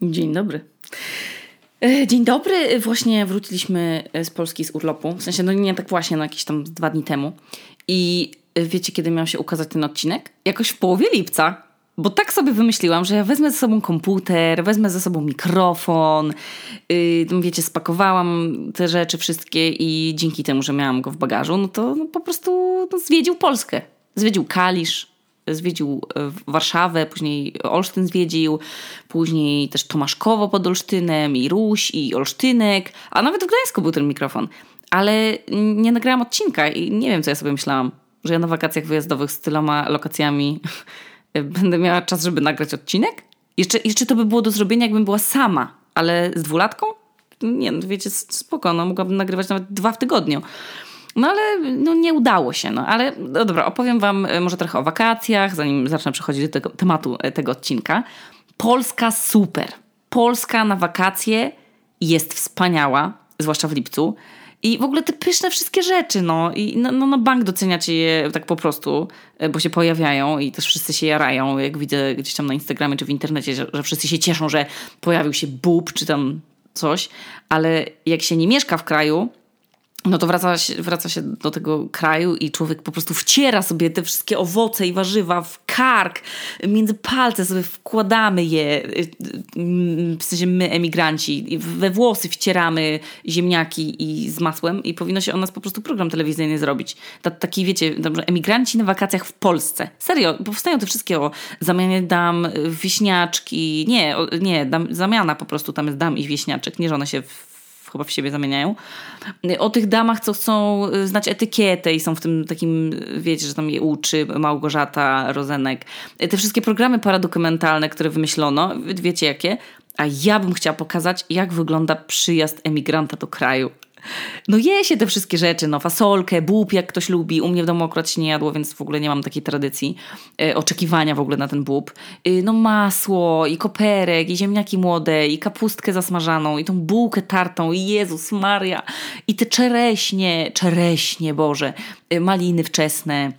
Dzień dobry. Dzień dobry. Właśnie wróciliśmy z Polski z urlopu. W sensie, nie tak właśnie, jakieś tam 2 dni temu. I wiecie, kiedy miał się ukazać ten odcinek? Jakoś w połowie lipca. Bo tak sobie wymyśliłam, że ja wezmę ze sobą komputer, wezmę ze sobą mikrofon. Wiecie, spakowałam te rzeczy wszystkie i dzięki temu, że miałam go w bagażu, no to po prostu zwiedził Polskę. Zwiedził Kalisz. Zwiedził Warszawę, później Olsztyn zwiedził, później też Tomaszkowo pod Olsztynem i Ruś i Olsztynek, a nawet w Gdańsku był ten mikrofon. Ale nie nagrałam odcinka i nie wiem, co ja sobie myślałam, że ja na wakacjach wyjazdowych z tyloma lokacjami będę miała czas, żeby nagrać odcinek? Jeszcze to by było do zrobienia, jakbym była sama, ale z 2-latką? Nie, no wiecie, spoko, mogłabym nagrywać nawet 2 w tygodniu. No ale nie udało się. Ale dobra, opowiem wam może trochę o wakacjach, zanim zacznę przechodzić do tego tematu tego odcinka. Polska super. Polska na wakacje jest wspaniała, zwłaszcza w lipcu. I w ogóle te pyszne wszystkie rzeczy, I bank doceniacie je tak po prostu, bo się pojawiają i też wszyscy się jarają, jak widzę gdzieś tam na Instagramie czy w internecie, że wszyscy się cieszą, że pojawił się bób czy tam coś. Ale jak się nie mieszka w kraju, no to wraca się do tego kraju i człowiek po prostu wciera sobie te wszystkie owoce i warzywa w kark, między palce sobie wkładamy je, w sensie my emigranci, we włosy wcieramy ziemniaki i z masłem i powinno się o nas po prostu program telewizyjny zrobić. Taki, wiecie, emigranci na wakacjach w Polsce. Serio, powstają te wszystkie o zamianie dam, wieśniaczki, zamiana po prostu, tam jest dam i wieśniaczek, nie, że one się chyba w siebie zamieniają. O tych damach, co chcą znać etykietę i są w tym takim, wiecie, że tam je uczy Małgorzata Rozenek. Te wszystkie programy paradokumentalne, które wymyślono, wiecie jakie? A ja bym chciała pokazać, jak wygląda przyjazd emigranta do kraju. Je się te wszystkie rzeczy, fasolkę, bób, jak ktoś lubi. U mnie w domu akurat się nie jadło, więc w ogóle nie mam takiej tradycji oczekiwania w ogóle na ten bób. Masło i koperek i ziemniaki młode i kapustkę zasmażaną i tą bułkę tartą i Jezus Maria i te czereśnie, Boże, maliny wczesne.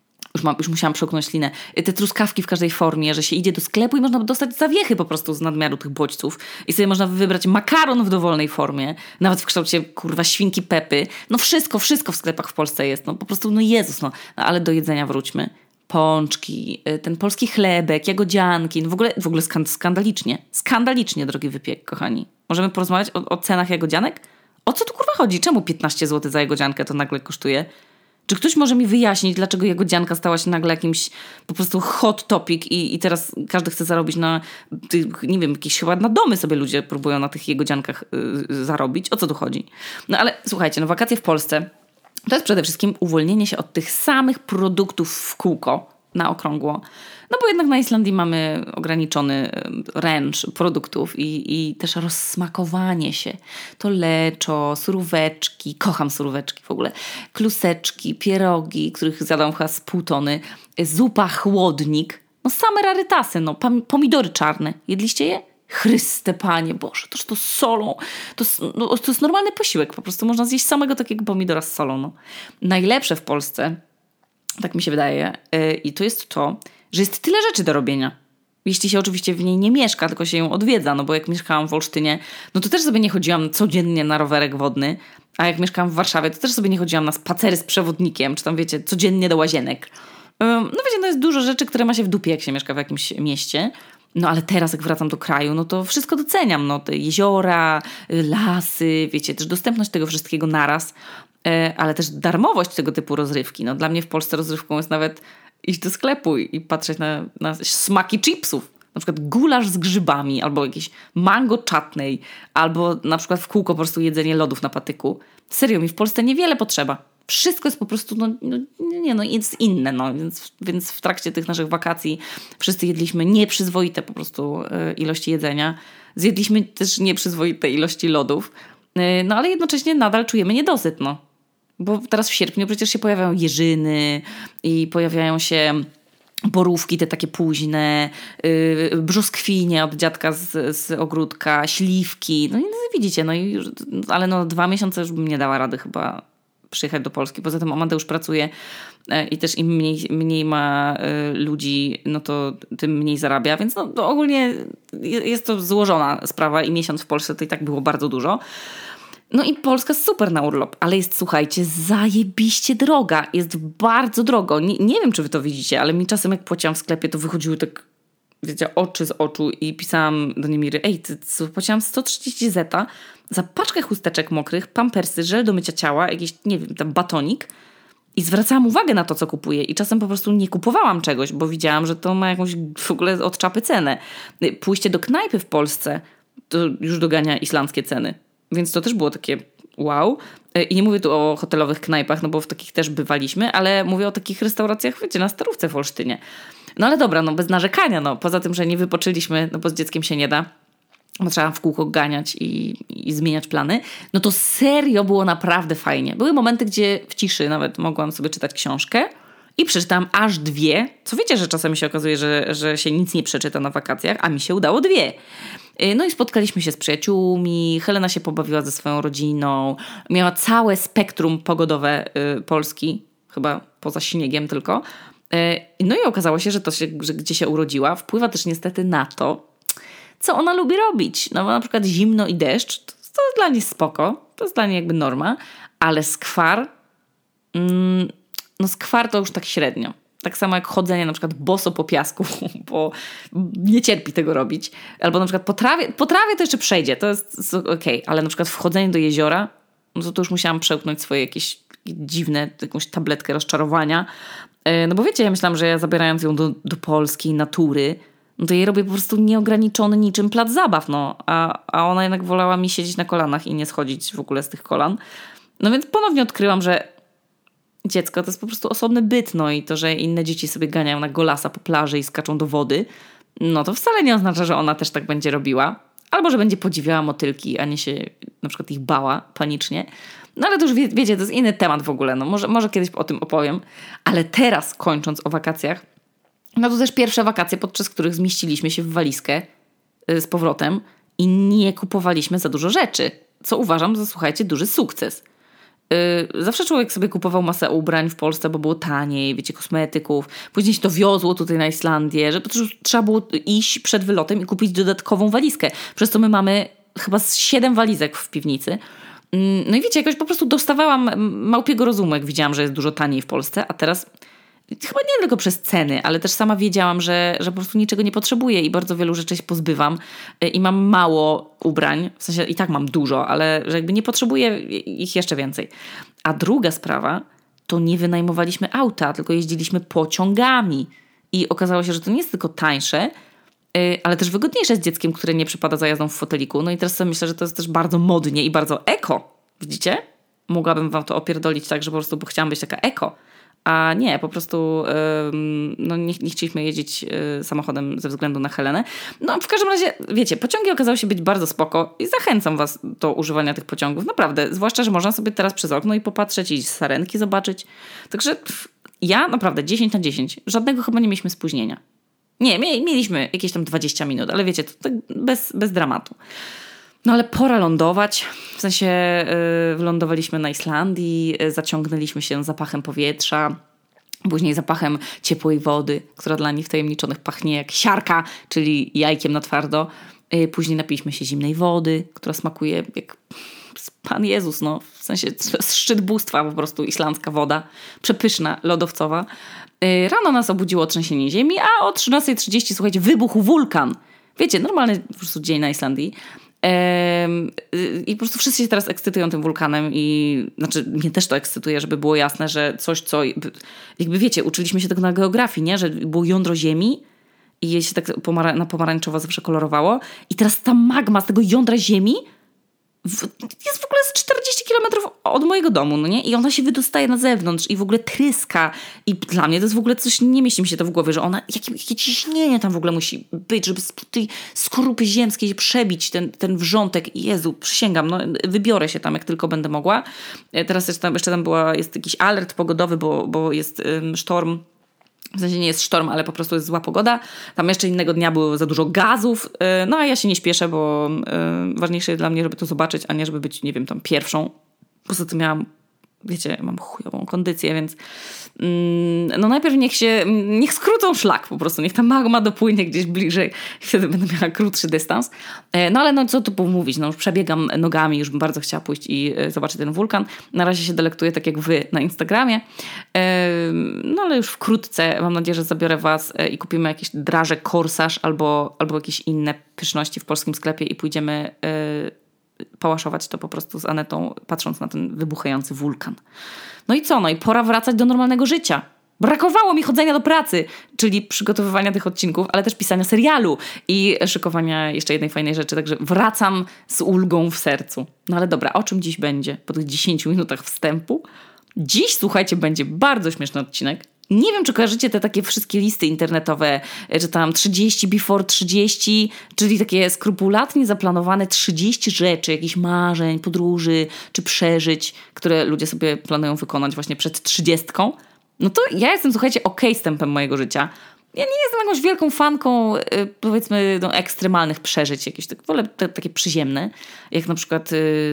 Już musiałam przełknąć ślinę. Te truskawki w każdej formie, że się idzie do sklepu i można dostać zawiechy po prostu z nadmiaru tych bodźców. I sobie można wybrać makaron w dowolnej formie. Nawet w kształcie, świnki Pepy. Wszystko w sklepach w Polsce jest. Po prostu, Jezus, ale do jedzenia wróćmy. Pączki, ten polski chlebek, jagodzianki. W ogóle skandalicznie drogi wypiek, kochani. Możemy porozmawiać o cenach jagodzianek? O co tu chodzi? Czemu 15 zł za jagodziankę to nagle kosztuje? Czy ktoś może mi wyjaśnić, dlaczego jagodzianka stała się nagle jakimś po prostu hot topic i teraz każdy chce zarobić na, nie wiem, jakieś chyba na domy sobie ludzie próbują na tych jagodziankach zarobić. O co tu chodzi? Ale słuchajcie, wakacje w Polsce to jest przede wszystkim uwolnienie się od tych samych produktów w kółko, na okrągło. Bo jednak na Islandii mamy ograniczony range produktów i też rozsmakowanie się. To leczo, suróweczki, kocham suróweczki w ogóle, kluseczki, pierogi, których zjadłam chyba z 0,5 tony, zupa chłodnik, same rarytasy, pomidory czarne. Jedliście je? Chryste Panie, Boże, to z solą, to jest normalny posiłek, po prostu można zjeść samego takiego pomidora z solą. Najlepsze w Polsce, tak mi się wydaje, i to jest to, że jest tyle rzeczy do robienia. Jeśli się oczywiście w niej nie mieszka, tylko się ją odwiedza, bo jak mieszkałam w Olsztynie, to też sobie nie chodziłam codziennie na rowerek wodny, a jak mieszkałam w Warszawie, to też sobie nie chodziłam na spacery z przewodnikiem, czy tam, wiecie, codziennie do łazienek. Wiecie, jest dużo rzeczy, które ma się w dupie, jak się mieszka w jakimś mieście. Ale teraz, jak wracam do kraju, to wszystko doceniam. Te jeziora, lasy, wiecie, też dostępność tego wszystkiego naraz, ale też darmowość tego typu rozrywki. Dla mnie w Polsce rozrywką jest nawet iść do sklepu i patrzeć na smaki chipsów. Na przykład gulasz z grzybami, albo jakieś mango chutney, albo na przykład w kółko po prostu jedzenie lodów na patyku. Serio, mi w Polsce niewiele potrzeba. Wszystko jest po prostu, jest inne, więc w trakcie tych naszych wakacji wszyscy jedliśmy nieprzyzwoite po prostu ilości jedzenia. Zjedliśmy też nieprzyzwoite ilości lodów, ale jednocześnie nadal czujemy niedosyt, Bo teraz w sierpniu przecież się pojawiają jeżyny i pojawiają się borówki te takie późne, brzoskwinie od dziadka z ogródka, śliwki. Widzicie, ale 2 miesiące już bym nie dała rady chyba przyjechać do Polski. Poza tym Amadeusz pracuje i też im mniej ma ludzi, no to tym mniej zarabia, więc no to ogólnie jest to złożona sprawa i miesiąc w Polsce to i tak było bardzo dużo. No i Polska super na urlop, ale jest, słuchajcie, zajebiście droga. Jest bardzo drogo. Nie wiem, czy wy to widzicie, ale mi czasem jak płaciłam w sklepie, to wychodziły tak, wiecie, oczy z oczu i pisałam do Niemiry, płaciłam 130 zeta za paczkę chusteczek mokrych, pampersy, żel do mycia ciała, jakiś, nie wiem, tam batonik i zwracałam uwagę na to, co kupuję i czasem po prostu nie kupowałam czegoś, bo widziałam, że to ma jakąś w ogóle od czapy cenę. Pójście do knajpy w Polsce to już dogania islandzkie ceny. Więc to też było takie wow. I nie mówię tu o hotelowych knajpach, no bo w takich też bywaliśmy, ale mówię o takich restauracjach, wiecie, na Starówce w Olsztynie. No ale dobra, no bez narzekania, no poza tym, że nie wypoczęliśmy, no bo z dzieckiem się nie da, bo trzeba w kółko ganiać i zmieniać plany, no to serio było naprawdę fajnie. Były momenty, gdzie w ciszy nawet mogłam sobie czytać książkę i przeczytałam aż 2, co wiecie, że czasami się okazuje, że się nic nie przeczyta na wakacjach, a mi się udało 2. No i spotkaliśmy się z przyjaciółmi, Helena się pobawiła ze swoją rodziną, miała całe spektrum pogodowe Polski, chyba poza śniegiem tylko. No i okazało się, że że gdzie się urodziła, wpływa też niestety na to, co ona lubi robić. No bo na przykład zimno i deszcz, to jest dla niej spoko, to jest dla niej jakby norma, ale skwar, no skwar to już tak średnio. Tak samo jak chodzenie na przykład boso po piasku, bo nie cierpi tego robić. Albo na przykład po trawie to jeszcze przejdzie, to jest okej, ale na przykład wchodzenie do jeziora, no to już musiałam przełknąć swoje jakieś dziwne, jakąś tabletkę rozczarowania. No bo wiecie, ja myślałam, że ja zabierając ją do polskiej natury, no to jej robię po prostu nieograniczony niczym plac zabaw, no. A ona jednak wolała mi siedzieć na kolanach i nie schodzić w ogóle z tych kolan. No więc ponownie odkryłam, że dziecko to jest po prostu osobny byt, no i to, że inne dzieci sobie ganiają na golasa po plaży i skaczą do wody, no to wcale nie oznacza, że ona też tak będzie robiła. Albo, że będzie podziwiała motylki, a nie się na przykład ich bała panicznie. No ale to już wiecie, to jest inny temat w ogóle, no może kiedyś o tym opowiem. Ale teraz, kończąc o wakacjach, no to też pierwsze wakacje, podczas których zmieściliśmy się w walizkę z powrotem i nie kupowaliśmy za dużo rzeczy, co uważam za, słuchajcie, duży sukces. Zawsze człowiek sobie kupował masę ubrań w Polsce, bo było taniej, wiecie, kosmetyków. Później się to wiozło tutaj na Islandię, że trzeba było iść przed wylotem i kupić dodatkową walizkę. Przez to my mamy chyba 7 walizek w piwnicy. No i wiecie, jakoś po prostu dostawałam małpiego rozumu, jak widziałam, że jest dużo taniej w Polsce, a teraz chyba nie tylko przez ceny, ale też sama wiedziałam, że po prostu niczego nie potrzebuję i bardzo wielu rzeczy się pozbywam i mam mało ubrań, w sensie i tak mam dużo, ale że jakby nie potrzebuję ich jeszcze więcej. A druga sprawa, to nie wynajmowaliśmy auta, tylko jeździliśmy pociągami i okazało się, że to nie jest tylko tańsze, ale też wygodniejsze z dzieckiem, które nie przypada za jazdą w foteliku. No i teraz sobie myślę, że to jest też bardzo modnie i bardzo eko. Widzicie? Mogłabym wam to opierdolić tak, że po prostu bo chciałam być taka eko. A nie, po prostu no nie chcieliśmy jeździć samochodem ze względu na Helenę. No w każdym razie, wiecie, pociągi okazały się być bardzo spoko i zachęcam was do używania tych pociągów. Naprawdę, zwłaszcza, że można sobie teraz przez okno i popatrzeć i sarenki zobaczyć. Także ja naprawdę 10/10. Żadnego chyba nie mieliśmy spóźnienia. Nie, mieliśmy jakieś tam 20 minut, ale wiecie, to tak bez dramatu. No ale pora lądować, w sensie wylądowaliśmy na Islandii, zaciągnęliśmy się zapachem powietrza, później zapachem ciepłej wody, która dla niewtajemniczonych pachnie jak siarka, czyli jajkiem na twardo. Później napiliśmy się zimnej wody, która smakuje jak Pan Jezus, no w sensie szczyt bóstwa po prostu, islandzka woda, przepyszna, lodowcowa. Rano nas obudziło trzęsienie ziemi, a o 13:30, słuchajcie, wybuchł wulkan. Wiecie, normalny po prostu dzień na Islandii. I po prostu wszyscy się teraz ekscytują tym wulkanem i znaczy mnie też to ekscytuje, żeby było jasne, że coś, co jakby wiecie, uczyliśmy się tego na geografii, nie? Że było jądro ziemi i je się tak na pomarańczowo zawsze kolorowało i teraz ta magma z tego jądra ziemi jest w ogóle z 40 kilometrów od mojego domu, no nie? I ona się wydostaje na zewnątrz i w ogóle tryska. I dla mnie to jest w ogóle coś, nie mieści mi się to w głowie, że ona, jakie ciśnienie tam w ogóle musi być, żeby z tej skorupy ziemskiej przebić ten wrzątek. Jezu, przysięgam, no wybiorę się tam, jak tylko będę mogła. Teraz jeszcze tam jest jakiś alert pogodowy, bo jest sztorm. W sensie nie jest sztorm, ale po prostu jest zła pogoda. Tam jeszcze innego dnia było za dużo gazów. No a ja się nie śpieszę, bo ważniejsze jest dla mnie, żeby to zobaczyć, a nie żeby być, nie wiem, tam pierwszą. Poza tym miałam wiecie, mam chujową kondycję, więc no najpierw niech skrócą szlak po prostu, niech ta magma dopłynie gdzieś bliżej, wtedy będę miała krótszy dystans. No ale no co tu mówić, no już przebiegam nogami, już bym bardzo chciała pójść i zobaczyć ten wulkan. Na razie się delektuję tak jak wy na Instagramie, no ale już wkrótce mam nadzieję, że zabiorę was i kupimy jakieś draże Corsage albo jakieś inne pyszności w polskim sklepie i pójdziemy pałaszować to po prostu z Anetą, patrząc na ten wybuchający wulkan. No i co? No i pora wracać do normalnego życia. Brakowało mi chodzenia do pracy, czyli przygotowywania tych odcinków, ale też pisania serialu i szykowania jeszcze jednej fajnej rzeczy, także wracam z ulgą w sercu. No ale dobra, o czym dziś będzie po tych 10 minutach wstępu? Dziś, słuchajcie, będzie bardzo śmieszny odcinek. Nie wiem, czy kojarzycie te takie wszystkie listy internetowe, że tam 30 before 30, czyli takie skrupulatnie zaplanowane 30 rzeczy, jakichś marzeń, podróży czy przeżyć, które ludzie sobie planują wykonać właśnie przed 30. No to ja jestem, słuchajcie, z tempem mojego życia. Ja nie jestem jakąś wielką fanką, powiedzmy, no, ekstremalnych przeżyć, jakieś wolę takie przyziemne, jak na przykład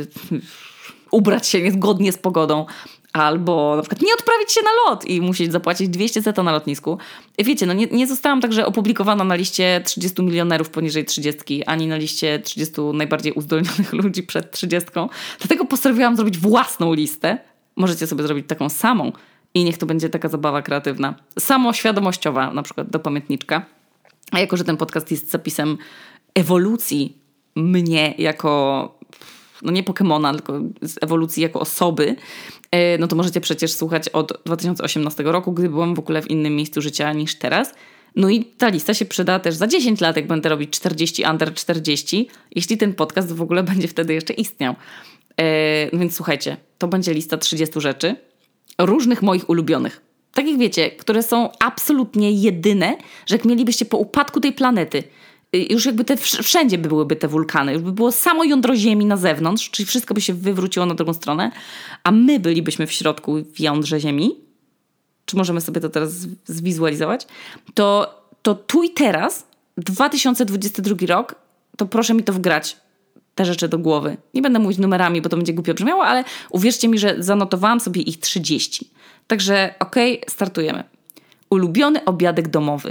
ubrać się niezgodnie z pogodą, albo na przykład nie odprawić się na lot i musieć zapłacić 200 zeta na lotnisku. Wiecie, no nie zostałam także opublikowana na liście 30 milionerów poniżej 30, ani na liście 30 najbardziej uzdolnionych ludzi przed 30. Dlatego postanowiłam zrobić własną listę. Możecie sobie zrobić taką samą i niech to będzie taka zabawa kreatywna. Samoświadomościowa, na przykład do pamiętniczka. A jako, że ten podcast jest zapisem ewolucji mnie jako... no nie Pokemona, tylko z ewolucji jako osoby, no to możecie przecież słuchać od 2018 roku, gdy byłam w ogóle w innym miejscu życia niż teraz. No i ta lista się przyda też za 10 lat, jak będę robić 40 under 40, jeśli ten podcast w ogóle będzie wtedy jeszcze istniał. No więc słuchajcie, to będzie lista 30 rzeczy, różnych moich ulubionych. Takich wiecie, które są absolutnie jedyne, że jak mielibyście po upadku tej planety, już jakby wszędzie byłyby te wulkany, już by było samo jądro Ziemi na zewnątrz, czyli wszystko by się wywróciło na drugą stronę, a my bylibyśmy w środku w jądrze Ziemi. Czy możemy sobie to teraz zwizualizować? To tu i teraz, 2022 rok, to proszę mi to wgrać, te rzeczy do głowy. Nie będę mówić numerami, bo to będzie głupio brzmiało, ale uwierzcie mi, że zanotowałam sobie ich 30. Także startujemy. Ulubiony obiadek domowy.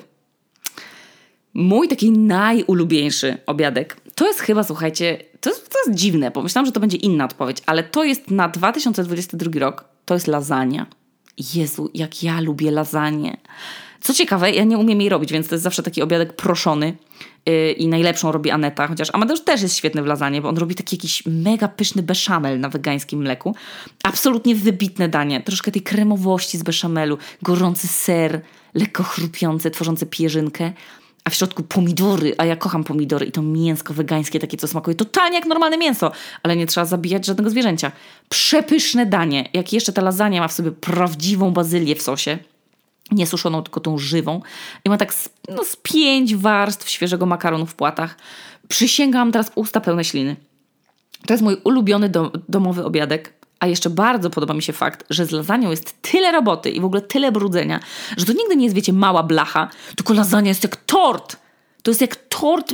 Mój taki najulubieńszy obiadek, to jest chyba, słuchajcie, to jest dziwne, bo myślałam, że to będzie inna odpowiedź, ale to jest na 2022 rok, to jest lasagna. Jezu, jak ja lubię lasagne. Co ciekawe, ja nie umiem jej robić, więc to jest zawsze taki obiadek proszony i najlepszą robi Aneta, chociaż Amadeusz też jest świetny w lasagne, bo on robi taki jakiś mega pyszny beszamel na wegańskim mleku. Absolutnie wybitne danie, troszkę tej kremowości z beszamelu, gorący ser, lekko chrupiący, tworzący pierzynkę, a w środku pomidory, a ja kocham pomidory i to mięsko wegańskie, takie co smakuje totalnie jak normalne mięso, ale nie trzeba zabijać żadnego zwierzęcia. Przepyszne danie, jak jeszcze ta lasagna ma w sobie prawdziwą bazylię w sosie, nie suszoną, tylko tą żywą i ma tak z 5 warstw świeżego makaronu w płatach. Przysięgam teraz usta pełne śliny. To jest mój ulubiony domowy obiadek. A jeszcze bardzo podoba mi się fakt, że z lasagną jest tyle roboty i w ogóle tyle brudzenia, że to nigdy nie jest, wiecie, mała blacha, tylko lasagna jest jak tort. To jest jak tort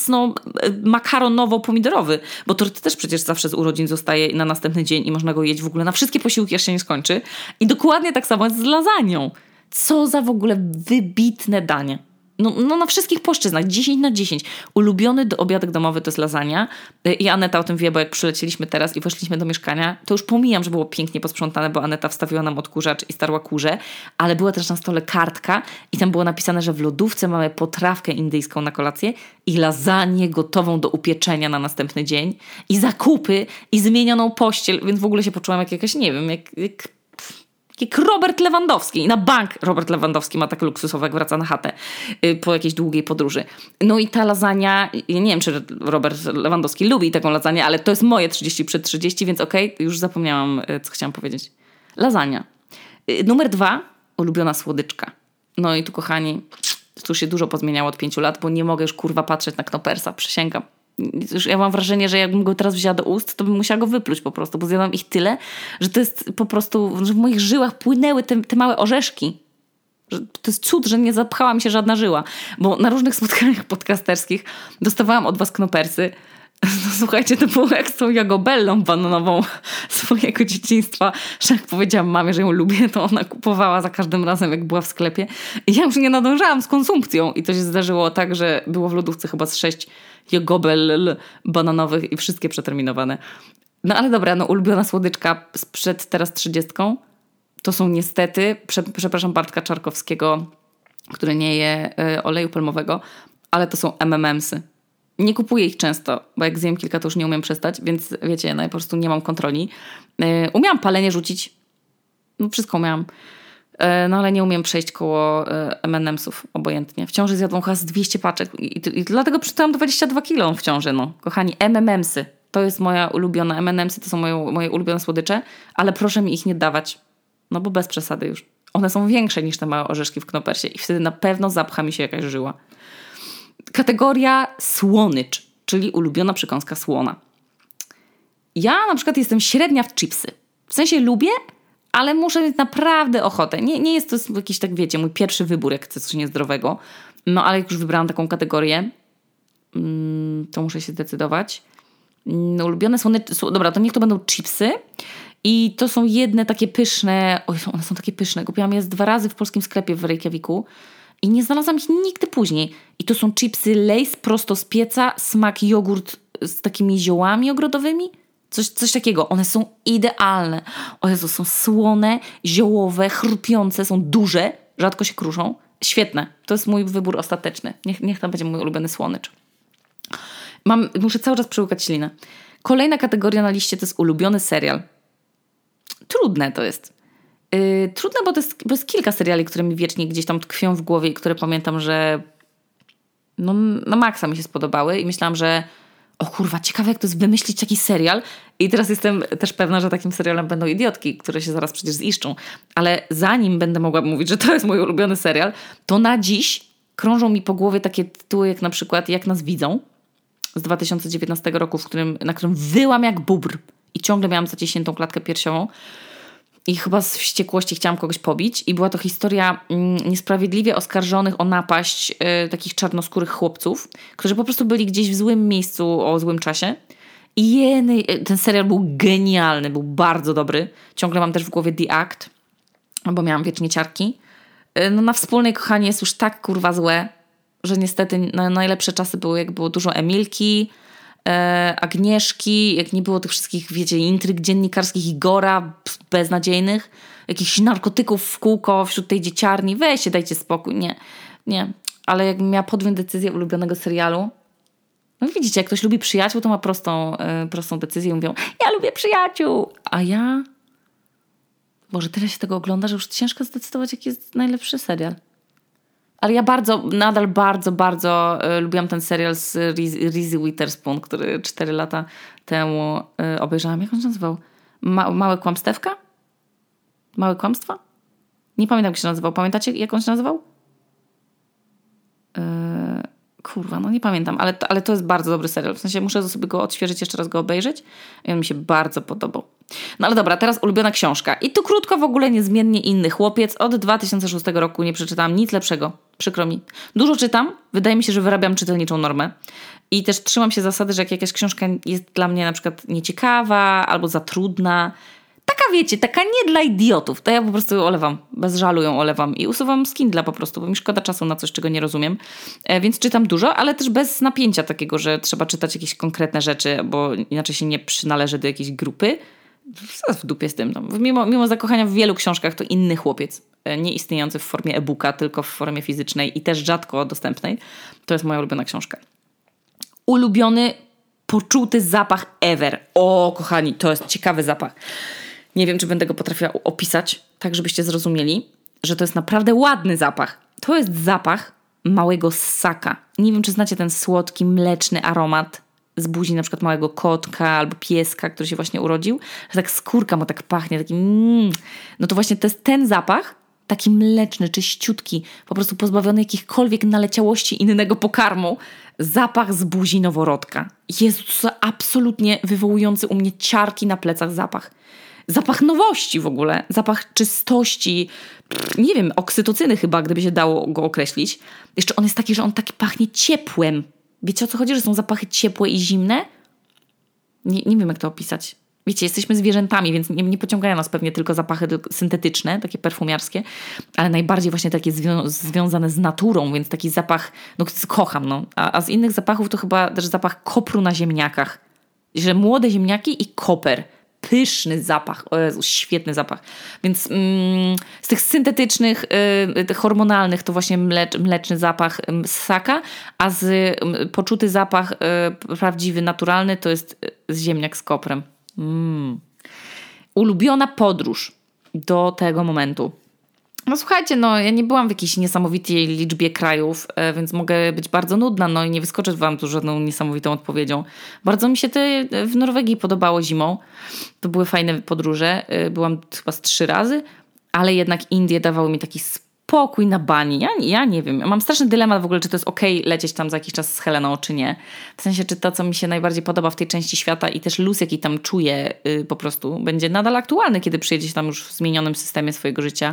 mięsno-makaronowo-pomidorowy, bo tort też przecież zawsze z urodzin zostaje na następny dzień i można go jeść w ogóle na wszystkie posiłki, aż się nie skończy. I dokładnie tak samo jest z lasagną. Co za w ogóle wybitne danie. No na wszystkich płaszczyznach, 10 na 10. Ulubiony obiadek domowy to jest lasagna i Aneta o tym wie, bo jak przylecieliśmy teraz i weszliśmy do mieszkania, to już pomijam, że było pięknie posprzątane, bo Aneta wstawiła nam odkurzacz i starła kurze, ale była też na stole kartka i tam było napisane, że w lodówce mamy potrawkę indyjską na kolację i lasagne gotową do upieczenia na następny dzień i zakupy i zmienioną pościel, więc w ogóle się poczułam jak jakaś, nie wiem, jak Robert Lewandowski. I na bank Robert Lewandowski ma tak luksusowo, jak wraca na chatę po jakiejś długiej podróży. No i ta lasagna, ja nie wiem, czy Robert Lewandowski lubi taką lasagnę, ale to jest moje 30 przed 30, więc już zapomniałam, co chciałam powiedzieć. Lasagna. Numer 2, ulubiona słodyczka. No i tu, kochani, tu się dużo pozmieniało od 5 lat, bo nie mogę już patrzeć na Knopersa, przysięgam. Już ja mam wrażenie, że jakbym go teraz wzięła do ust, to bym musiała go wypluć po prostu, bo zjadłam ich tyle, że to jest po prostu, że w moich żyłach płynęły te małe orzeszki. Że to jest cud, że nie zapchała mi się żadna żyła, bo na różnych spotkaniach podcasterskich dostawałam od was Knopersy No słuchajcie, to było jak z tą jagobellą bananową z mojego dzieciństwa, że jak powiedziałam mamie, że ją lubię, to ona kupowała za każdym razem, jak była w sklepie. I ja już nie nadążałam z konsumpcją. I to się zdarzyło tak, że było w lodówce chyba z 6 jagobell bananowych i wszystkie przeterminowane. No ale dobra, no ulubiona słodyczka sprzed teraz 30 to są niestety, przepraszam Bartka Czarkowskiego, który nie je oleju palmowego, ale to są M&M'sy. Nie kupuję ich często, bo jak zjem kilka, to już nie umiem przestać, więc wiecie, no ja po prostu nie mam kontroli. Umiałam palenie rzucić, no wszystko umiałam, no ale nie umiem przejść koło M&M'sów obojętnie. W ciąży zjadłam chyba z 200 paczek i dlatego przytyłam 22 kilo w ciąży, no. Kochani, M&M'sy, to jest moja ulubiona, M&M'sy to są moje ulubione słodycze, ale proszę mi ich nie dawać, no bo bez przesady już. One są większe niż te małe orzeszki w Knopersie i wtedy na pewno zapcha mi się jakaś żyła. Kategoria słonycz, czyli ulubiona przekąska słona. Ja na przykład jestem średnia w chipsy. W sensie lubię, ale muszę mieć naprawdę ochotę. Nie jest to jakiś, tak wiecie, mój pierwszy wybór, jak chcę coś niezdrowego. No ale jak już wybrałam taką kategorię, to muszę się zdecydować. No, ulubione słonycz... Dobra, to niech to będą chipsy. I to są jedne takie pyszne... Oj, one są takie pyszne. Kupiłam je 2 razy w polskim sklepie w Reykjaviku. I nie znalazłam ich nigdy później. I to są chipsy Lay's prosto z pieca, smak jogurt z takimi ziołami ogrodowymi. Coś takiego. One są idealne. O Jezu, są słone, ziołowe, chrupiące, są duże, rzadko się kruszą. Świetne. To jest mój wybór ostateczny. Niech tam będzie mój ulubiony słonycz. Muszę cały czas przełykać ślinę. Kolejna kategoria na liście to jest ulubiony serial. Trudne to jest. Trudne, bo to jest kilka seriali, które mi wiecznie gdzieś tam tkwią w głowie i które pamiętam, że no, na maksa mi się spodobały i myślałam, że o kurwa, ciekawe jak to jest wymyślić taki serial i teraz jestem też pewna, że takim serialem będą Idiotki, które się zaraz przecież ziszczą, ale zanim będę mogła mówić, że to jest mój ulubiony serial, to na dziś krążą mi po głowie takie tytuły jak na przykład Jak nas widzą z 2019 roku, na którym wyłam jak bóbr i ciągle miałam zaciśniętą klatkę piersiową. I chyba z wściekłości chciałam kogoś pobić. I była to historia niesprawiedliwie oskarżonych o napaść takich czarnoskórych chłopców, którzy po prostu byli gdzieś w złym miejscu o złym czasie. I ten serial był genialny, był bardzo dobry. Ciągle mam też w głowie The Act, bo miałam wiecznie ciarki. No na wspólnej kochanie jest już tak kurwa złe, że niestety najlepsze czasy były, jak było dużo Emilki, Agnieszki, jak nie było tych wszystkich, wiecie, intryg dziennikarskich Igora beznadziejnych, jakichś narkotyków w kółko wśród tej dzieciarni. Weźcie, dajcie spokój. Nie. Ale jakbym miała podjąć decyzję ulubionego serialu, no widzicie, jak ktoś lubi Przyjaciół, to ma prostą decyzję i mówią, ja lubię Przyjaciół, a ja... Boże, tyle się tego ogląda, że już ciężko zdecydować, jaki jest najlepszy serial. Ale ja nadal bardzo lubiłam ten serial z Reese Witherspoon, który 4 lata temu obejrzałam. Jak on się nazywał? Małe kłamstewka? Małe kłamstwa? Nie pamiętam, jak się nazywał. Pamiętacie, jak on się nazywał? Kurwa, no nie pamiętam, ale to jest bardzo dobry serial. W sensie muszę sobie go odświeżyć, jeszcze raz go obejrzeć. I on mi się bardzo podobał. No ale dobra, teraz ulubiona książka. I tu krótko, w ogóle niezmiennie Inny chłopiec. Od 2006 roku nie przeczytałam nic lepszego. Przykro mi. Dużo czytam. Wydaje mi się, że wyrabiam czytelniczą normę. I też trzymam się zasady, że jak jakaś książka jest dla mnie na przykład nieciekawa albo za trudna, taka wiecie, taka nie dla idiotów, to ja po prostu olewam. Bez żalu ją olewam i usuwam z Kindla po prostu, bo mi szkoda czasu na coś, czego nie rozumiem. Więc czytam dużo, ale też bez napięcia takiego, że trzeba czytać jakieś konkretne rzeczy, bo inaczej się nie przynależy do jakiejś grupy. W dupie z tym. No. Mimo zakochania w wielu książkach to Inny chłopiec, nie istniejący w formie e-booka, tylko w formie fizycznej i też rzadko dostępnej. To jest moja ulubiona książka. Ulubiony, poczuty zapach ever. O, kochani, to jest ciekawy zapach. Nie wiem, czy będę go potrafiła opisać, tak żebyście zrozumieli, że to jest naprawdę ładny zapach. To jest zapach małego ssaka. Nie wiem, czy znacie ten słodki, mleczny aromat z buzi na przykład małego kotka albo pieska, który się właśnie urodził, że tak skórka mu tak pachnie, taki No to właśnie to jest ten zapach, taki mleczny, czyściutki, po prostu pozbawiony jakichkolwiek naleciałości innego pokarmu. Zapach z buzi noworodka. Jezu, to absolutnie wywołujący u mnie ciarki na plecach zapach. Zapach nowości w ogóle, zapach czystości, nie wiem, oksytocyny chyba, gdyby się dało go określić. Jeszcze on jest taki, że on taki pachnie ciepłem. Wiecie, o co chodzi, że są zapachy ciepłe i zimne? Nie wiem, jak to opisać. Wiecie, jesteśmy zwierzętami, więc nie pociągają nas pewnie tylko zapachy syntetyczne, takie perfumiarskie, ale najbardziej właśnie takie związane z naturą, więc taki zapach, kocham, no. A z innych zapachów to chyba też zapach kopru na ziemniakach. Że młode ziemniaki i koper. Pyszny zapach. O Jezu, świetny zapach. Więc z tych syntetycznych, tych hormonalnych to właśnie mleczny zapach ssaka, a poczuty zapach prawdziwy, naturalny to jest ziemniak z koprem. Ulubiona podróż do tego momentu. No słuchajcie, ja nie byłam w jakiejś niesamowitej liczbie krajów, więc mogę być bardzo nudna, i nie wyskoczę wam tu żadną niesamowitą odpowiedzią. Bardzo mi się w Norwegii podobało zimą. To były fajne podróże. Byłam chyba z 3 razy, ale jednak Indie dawały mi taki spokój na bani. Ja nie wiem. Mam straszny dylemat w ogóle, czy to jest okej lecieć tam za jakiś czas z Heleną, czy nie. W sensie, czy to, co mi się najbardziej podoba w tej części świata i też luz, jaki tam czuję po prostu, będzie nadal aktualny, kiedy przyjedzie się tam już w zmienionym systemie swojego życia.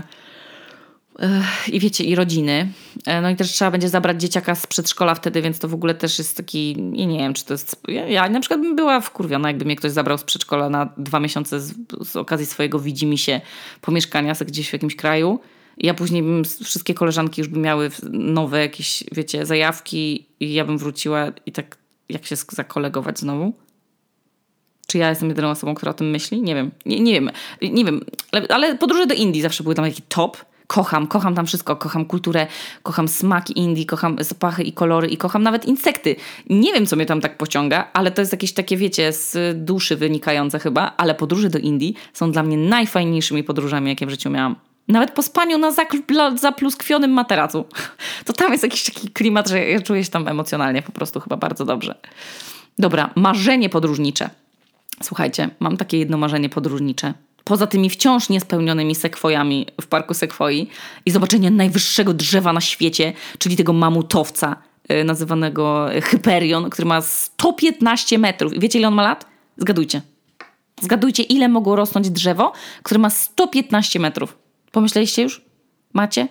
I wiecie, i rodziny. I też trzeba będzie zabrać dzieciaka z przedszkola wtedy, więc to w ogóle też jest taki, nie wiem, czy to jest... Ja na przykład bym była wkurwiona, jakby mnie ktoś zabrał z przedszkola na 2 miesiące z okazji swojego widzimisię pomieszkania gdzieś w jakimś kraju. I ja później wszystkie koleżanki już by miały nowe jakieś, wiecie, zajawki i ja bym wróciła i tak jak się zakolegować znowu? Czy ja jestem jedyną osobą, która o tym myśli? Nie wiem. Nie wiem. Ale podróże do Indii zawsze były tam taki top. Kocham tam wszystko, kocham kulturę, kocham smaki Indii, kocham zapachy i kolory i kocham nawet insekty. Nie wiem, co mnie tam tak pociąga, ale to jest jakieś takie, wiecie, z duszy wynikające chyba, ale podróże do Indii są dla mnie najfajniejszymi podróżami, jakie w życiu miałam. Nawet po spaniu na zapluskwionym materacu. To tam jest jakiś taki klimat, że ja czuję się tam emocjonalnie po prostu chyba bardzo dobrze. Dobra, marzenie podróżnicze. Słuchajcie, mam takie jedno marzenie podróżnicze. Poza tymi wciąż niespełnionymi sekwojami w parku Sekwoi i zobaczenie najwyższego drzewa na świecie, czyli tego mamutowca nazywanego Hyperion, który ma 115 metrów. I wiecie, ile on ma lat? Zgadujcie. Zgadujcie, ile mogło rosnąć drzewo, które ma 115 metrów. Pomyśleliście już? Macie?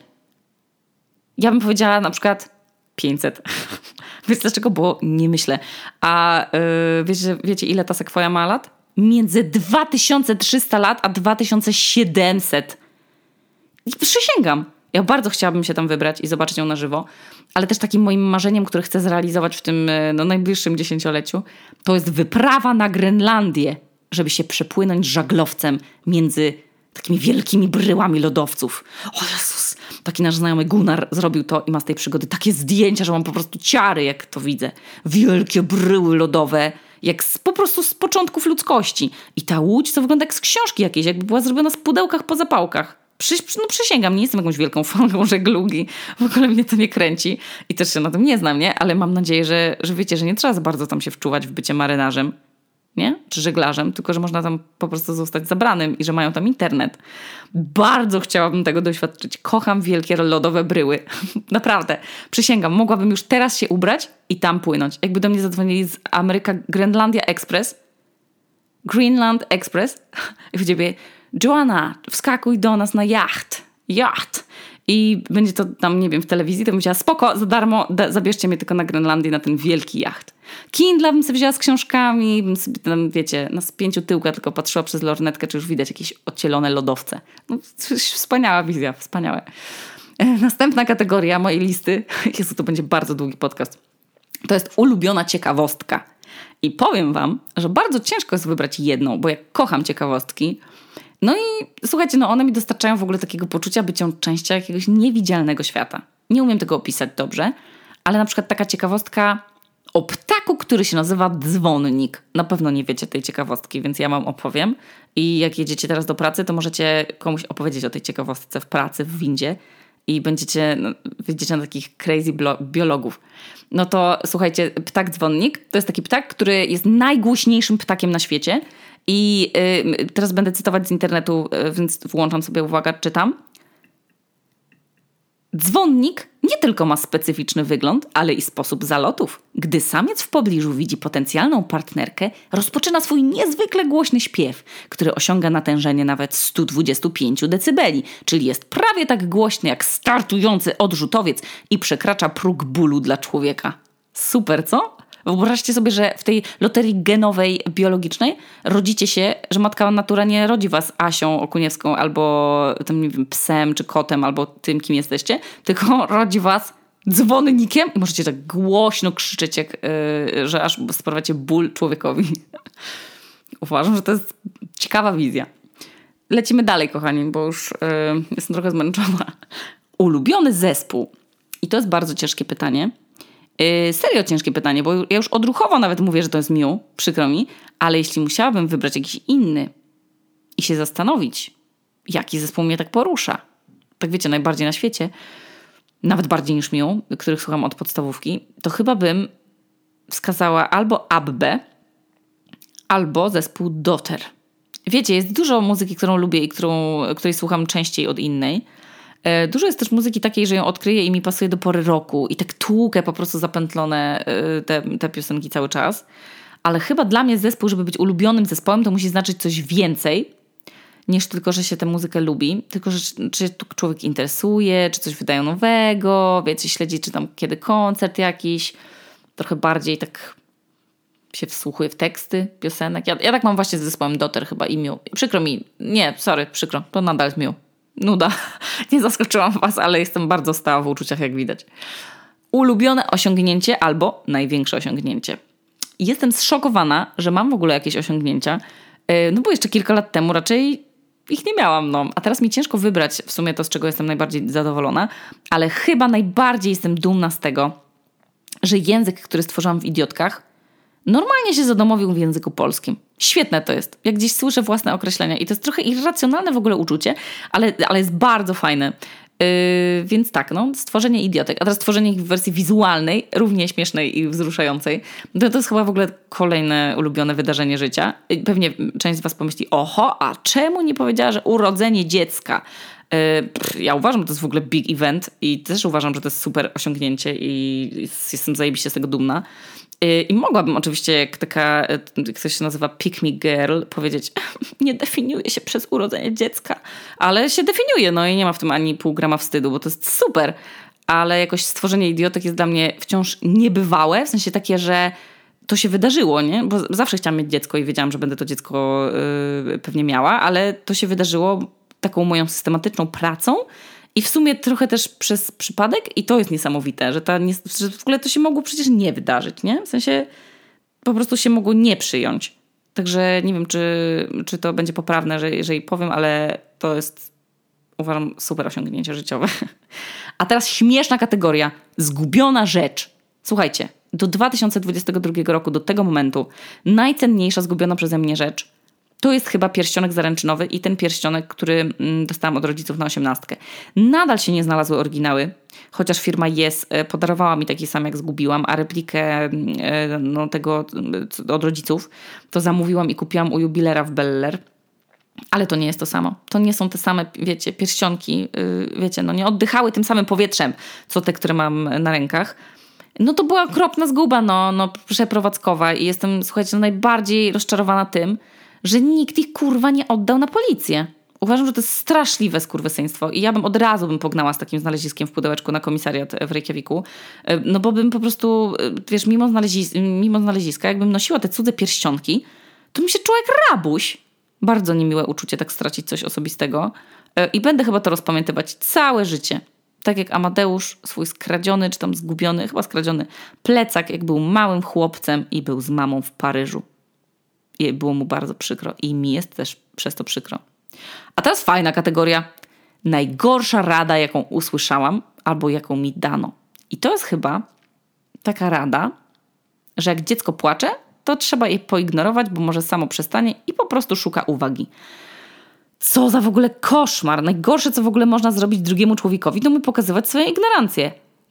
Ja bym powiedziała na przykład 500. Wiecie dlaczego? Bo nie myślę. A wiecie, ile ta sekwoja ma lat? Między 2300 lat a 2700. I przysięgam. Ja bardzo chciałabym się tam wybrać i zobaczyć ją na żywo, ale też takim moim marzeniem, które chcę zrealizować w tym najbliższym 10-leciu, to jest wyprawa na Grenlandię, żeby się przepłynąć żaglowcem między takimi wielkimi bryłami lodowców. O Jezus! Taki nasz znajomy Gunnar zrobił to i ma z tej przygody takie zdjęcia, że mam po prostu ciary, jak to widzę. Wielkie bryły lodowe, jak po prostu z początków ludzkości. I ta łódź to wygląda jak z książki jakiejś, jakby była zrobiona z pudełkach po zapałkach. Przysięgam, nie jestem jakąś wielką fanką żeglugi. W ogóle mnie to nie kręci. I też się na tym nie znam, nie? Ale mam nadzieję, że wiecie, że nie trzeba za bardzo tam się wczuwać w bycie marynarzem. Nie? Czy żeglarzem, tylko że można tam po prostu zostać zabranym i że mają tam internet. Bardzo chciałabym tego doświadczyć. Kocham wielkie lodowe bryły. Naprawdę. Przysięgam, mogłabym już teraz się ubrać i tam płynąć. Jakby do mnie zadzwonili z Greenland Express i powiedzieli: Joanna, wskakuj do nas na jacht. I będzie to tam, nie wiem, w telewizji, to bym powiedziała: spoko, za darmo, zabierzcie mnie tylko na Grenlandię, na ten wielki jacht. Kindle bym sobie wzięła z książkami, bym sobie tam, wiecie, na spięciu tyłka tylko patrzyła przez lornetkę, czy już widać jakieś odcielone lodowce. No, wspaniała wizja, wspaniałe. Następna kategoria mojej listy, Jezu, to będzie bardzo długi podcast, to jest ulubiona ciekawostka. I powiem wam, że bardzo ciężko jest wybrać jedną, bo ja kocham ciekawostki. No i słuchajcie, one mi dostarczają w ogóle takiego poczucia bycia częścią jakiegoś niewidzialnego świata. Nie umiem tego opisać dobrze, ale na przykład taka ciekawostka o ptaku, który się nazywa dzwonnik. Na pewno nie wiecie tej ciekawostki, więc ja wam opowiem. I jak jedziecie teraz do pracy, to możecie komuś opowiedzieć o tej ciekawostce w pracy, w windzie i wyjdziecie na takich crazy biologów. No to słuchajcie, ptak dzwonnik to jest taki ptak, który jest najgłośniejszym ptakiem na świecie. I teraz będę cytować z internetu, więc włączam sobie, uwaga, czytam. Dzwonnik nie tylko ma specyficzny wygląd, ale i sposób zalotów. Gdy samiec w pobliżu widzi potencjalną partnerkę, rozpoczyna swój niezwykle głośny śpiew, który osiąga natężenie nawet 125 decybeli, czyli jest prawie tak głośny jak startujący odrzutowiec i przekracza próg bólu dla człowieka. Super, co? Wyobraźcie sobie, że w tej loterii genowej, biologicznej rodzicie się, że matka natura nie rodzi was Asią Okuniewską albo tym, nie wiem, psem czy kotem albo tym, kim jesteście, tylko rodzi was dzwonnikiem i możecie tak głośno krzyczeć, że aż sprawiacie ból człowiekowi. Uważam, że to jest ciekawa wizja. Lecimy dalej, kochani, bo już jestem trochę zmęczona. Ulubiony zespół. I to jest bardzo ciężkie pytanie. Serio ciężkie pytanie, bo ja już odruchowo nawet mówię, że to jest Mew, przykro mi, ale jeśli musiałabym wybrać jakiś inny i się zastanowić, jaki zespół mnie tak porusza, tak wiecie, najbardziej na świecie, nawet bardziej niż Mew, których słucham od podstawówki, to chyba bym wskazała albo Abbę, albo zespół Dotter. Wiecie, jest dużo muzyki, którą lubię i której słucham częściej od innej. Dużo jest też muzyki takiej, że ją odkryję i mi pasuje do pory roku i tak tłukę po prostu zapętlone te piosenki cały czas. Ale chyba dla mnie zespół, żeby być ulubionym zespołem, to musi znaczyć coś więcej niż tylko, że się tę muzykę lubi. Tylko, że czy człowiek interesuje, czy coś wydają nowego, wiecie, śledzi, czy tam kiedy koncert jakiś. Trochę bardziej tak się wsłuchuje w teksty piosenek. Ja tak mam właśnie z zespołem Dotter chyba i Mew. Przykro mi. Nie, sorry, przykro. To nadal jest Mew. Nuda. Nie zaskoczyłam was, ale jestem bardzo stała w uczuciach, jak widać. Ulubione osiągnięcie albo największe osiągnięcie. Jestem zszokowana, że mam w ogóle jakieś osiągnięcia, no bo jeszcze kilka lat temu raczej ich nie miałam, no. A teraz mi ciężko wybrać w sumie to, z czego jestem najbardziej zadowolona, ale chyba najbardziej jestem dumna z tego, że język, który stworzyłam w Idiotkach, normalnie się zadomowił w języku polskim. Świetne to jest. Jak gdzieś słyszę własne określenia i to jest trochę irracjonalne w ogóle uczucie, ale jest bardzo fajne. Więc tak, no, stworzenie Idiotek, a teraz stworzenie ich w wersji wizualnej, równie śmiesznej i wzruszającej, to jest chyba w ogóle kolejne ulubione wydarzenie życia. Pewnie część z was pomyśli, oho, a czemu nie powiedziała, że urodzenie dziecka? Ja uważam, że to jest w ogóle big event i też uważam, że to jest super osiągnięcie i jestem zajebiście z tego dumna. I mogłabym oczywiście, jak taka, jak to się nazywa pick me girl, powiedzieć, nie definiuję się przez urodzenie dziecka, ale się definiuję, no i nie ma w tym ani pół grama wstydu, bo to jest super, ale jakoś stworzenie Idiotek jest dla mnie wciąż niebywałe, w sensie takie, że to się wydarzyło, nie? Bo zawsze chciałam mieć dziecko i wiedziałam, że będę to dziecko pewnie miała, ale to się wydarzyło taką moją systematyczną pracą i w sumie trochę też przez przypadek i to jest niesamowite, że w ogóle to się mogło przecież nie wydarzyć, nie? W sensie po prostu się mogło nie przyjąć. Także nie wiem, czy to będzie poprawne, że jeżeli powiem, ale to jest, uważam, super osiągnięcie życiowe. A teraz śmieszna kategoria. Zgubiona rzecz. Słuchajcie, do 2022 roku, do tego momentu, najcenniejsza zgubiona przeze mnie rzecz to jest chyba pierścionek zaręczynowy i ten pierścionek, który dostałam od rodziców na 18. Nadal się nie znalazły oryginały, chociaż firma Yes podarowała mi taki sam, jak zgubiłam, a replikę tego od rodziców to zamówiłam i kupiłam u jubilera w Beller. Ale to nie jest to samo. To nie są te same, wiecie, pierścionki, wiecie, no nie oddychały tym samym powietrzem, co te, które mam na rękach. No to była okropna zguba, no przeprowadzkowa i jestem, słuchajcie, najbardziej rozczarowana tym, że nikt ich kurwa nie oddał na policję. Uważam, że to jest straszliwe skurwysyństwo i ja bym od razu pognała z takim znaleziskiem w pudełeczku na komisariat w Reykjaviku. No bo bym po prostu, wiesz, mimo znaleziska, jakbym nosiła te cudze pierścionki, to mi się czuła jak rabuś. Bardzo niemiłe uczucie tak stracić coś osobistego i będę chyba to rozpamiętywać całe życie. Tak jak Amadeusz swój skradziony, czy tam zgubiony, chyba skradziony plecak, jak był małym chłopcem i był z mamą w Paryżu. I było mu bardzo przykro i mi jest też przez to przykro. A teraz fajna kategoria. Najgorsza rada, jaką usłyszałam albo jaką mi dano. I to jest chyba taka rada, że jak dziecko płacze, to trzeba je poignorować, bo może samo przestanie i po prostu szuka uwagi. Co za w ogóle koszmar. Najgorsze, co w ogóle można zrobić drugiemu człowiekowi, to mu pokazywać swoją ignorancję.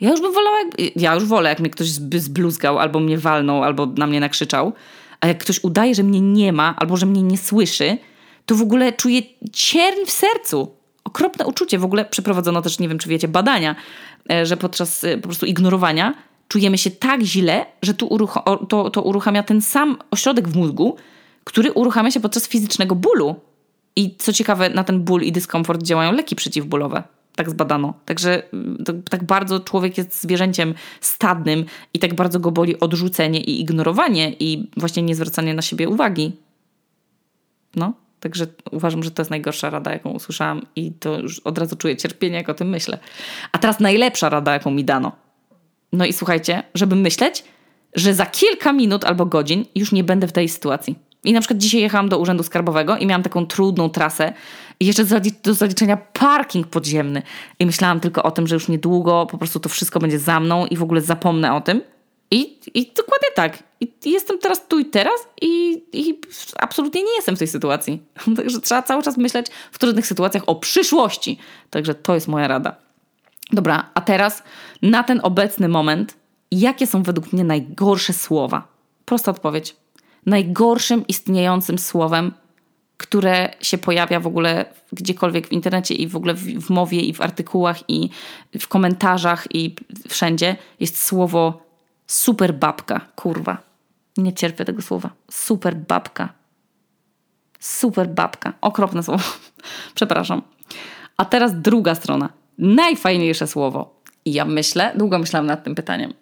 Ja już wolę, jak mnie ktoś zbluzgał, albo mnie walnął, albo na mnie nakrzyczał. A jak ktoś udaje, że mnie nie ma, albo że mnie nie słyszy, to w ogóle czuję cierń w sercu. Okropne uczucie. W ogóle przeprowadzono też, nie wiem, czy wiecie, badania, że podczas po prostu ignorowania czujemy się tak źle, że to uruchamia ten sam ośrodek w mózgu, który uruchamia się podczas fizycznego bólu. I co ciekawe, na ten ból i dyskomfort działają leki przeciwbólowe. Tak zbadano. Także tak bardzo człowiek jest zwierzęciem stadnym i tak bardzo go boli odrzucenie i ignorowanie i właśnie niezwracanie na siebie uwagi. No, także uważam, że to jest najgorsza rada, jaką usłyszałam i to już od razu czuję cierpienie, jak o tym myślę. A teraz najlepsza rada, jaką mi dano. No i słuchajcie, żeby myśleć, że za kilka minut albo godzin już nie będę w tej sytuacji. I na przykład dzisiaj jechałam do Urzędu Skarbowego i miałam taką trudną trasę i jeszcze do zaliczenia parking podziemny. I myślałam tylko o tym, że już niedługo po prostu to wszystko będzie za mną i w ogóle zapomnę o tym. I dokładnie tak. I jestem teraz tu i teraz i absolutnie nie jestem w tej sytuacji. Także trzeba cały czas myśleć w trudnych sytuacjach o przyszłości. Także to jest moja rada. Dobra, a teraz na ten obecny moment, jakie są według mnie najgorsze słowa? Prosta odpowiedź. Najgorszym istniejącym słowem, które się pojawia w ogóle gdziekolwiek w internecie i w ogóle w mowie i w artykułach i w komentarzach i wszędzie jest słowo super babka. Kurwa. Nie cierpię tego słowa. Super babka. Super babka. Okropne słowo. Przepraszam. A teraz druga strona. Najfajniejsze słowo. I ja długo myślałam nad tym pytaniem.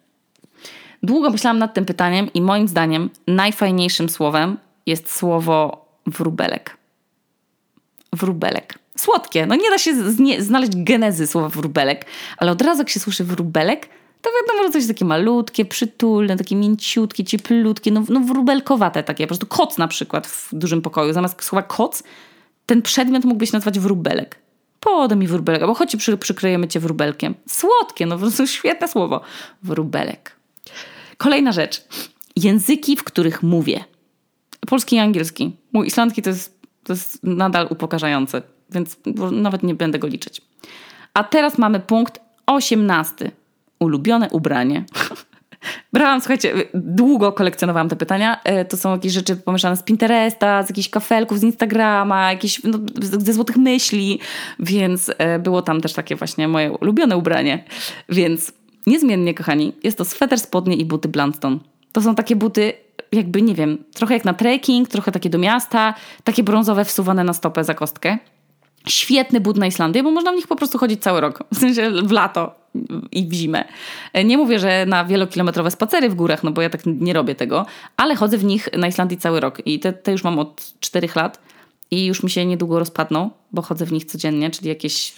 I moim zdaniem najfajniejszym słowem jest słowo wróbelek. Wróbelek. Słodkie. No nie da się znaleźć genezy słowa wróbelek, ale od razu jak się słyszy wróbelek, to wiadomo, że coś takie malutkie, przytulne, takie mięciutkie, cieplutkie, no wróbelkowate takie. Po prostu koc na przykład w dużym pokoju. Zamiast słowa koc, ten przedmiot mógłby się nazywać wróbelek. Podaj mi wróbelek, albo chodź przykryjemy cię wróbelkiem. Słodkie, no po prostu świetne słowo. Wróbelek. Kolejna rzecz. Języki, w których mówię. Polski i angielski. Mój islandzki to jest nadal upokarzający, więc nawet nie będę go liczyć. A teraz mamy punkt 18. Ulubione ubranie. Słuchajcie, długo kolekcjonowałam te pytania. To są jakieś rzeczy pomieszane z Pinteresta, z jakichś kafelków, z Instagrama, jakieś ze złotych myśli, więc było tam też takie właśnie moje ulubione ubranie. Więc niezmiennie, kochani, jest to sweter, spodnie i buty Blundstone. To są takie buty, jakby, nie wiem, trochę jak na trekking, trochę takie do miasta, takie brązowe wsuwane na stopę za kostkę. Świetny but na Islandię, bo można w nich po prostu chodzić cały rok. W sensie w lato i w zimę. Nie mówię, że na wielokilometrowe spacery w górach, no bo ja tak nie robię tego, ale chodzę w nich na Islandii cały rok. I te już mam od 4 lat i już mi się niedługo rozpadną, bo chodzę w nich codziennie, czyli jakieś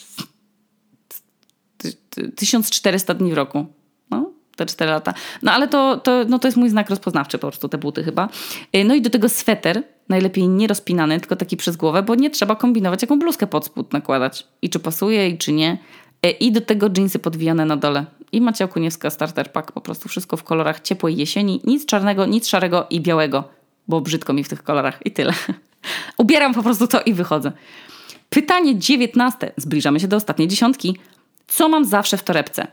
1400 dni w roku. No, te 4 lata. No ale to jest mój znak rozpoznawczy po prostu, te buty chyba. No i do tego sweter, najlepiej nie rozpinany, tylko taki przez głowę, bo nie trzeba kombinować, jaką bluzkę pod spód nakładać. I czy pasuje, i czy nie. I do tego dżinsy podwijane na dole. I Macia Okuniewska starter pack, po prostu wszystko w kolorach ciepłej jesieni. Nic czarnego, nic szarego i białego, bo brzydko mi w tych kolorach i tyle. Ubieram po prostu to i wychodzę. Pytanie 19. Zbliżamy się do ostatniej 10. Co mam zawsze w torebce?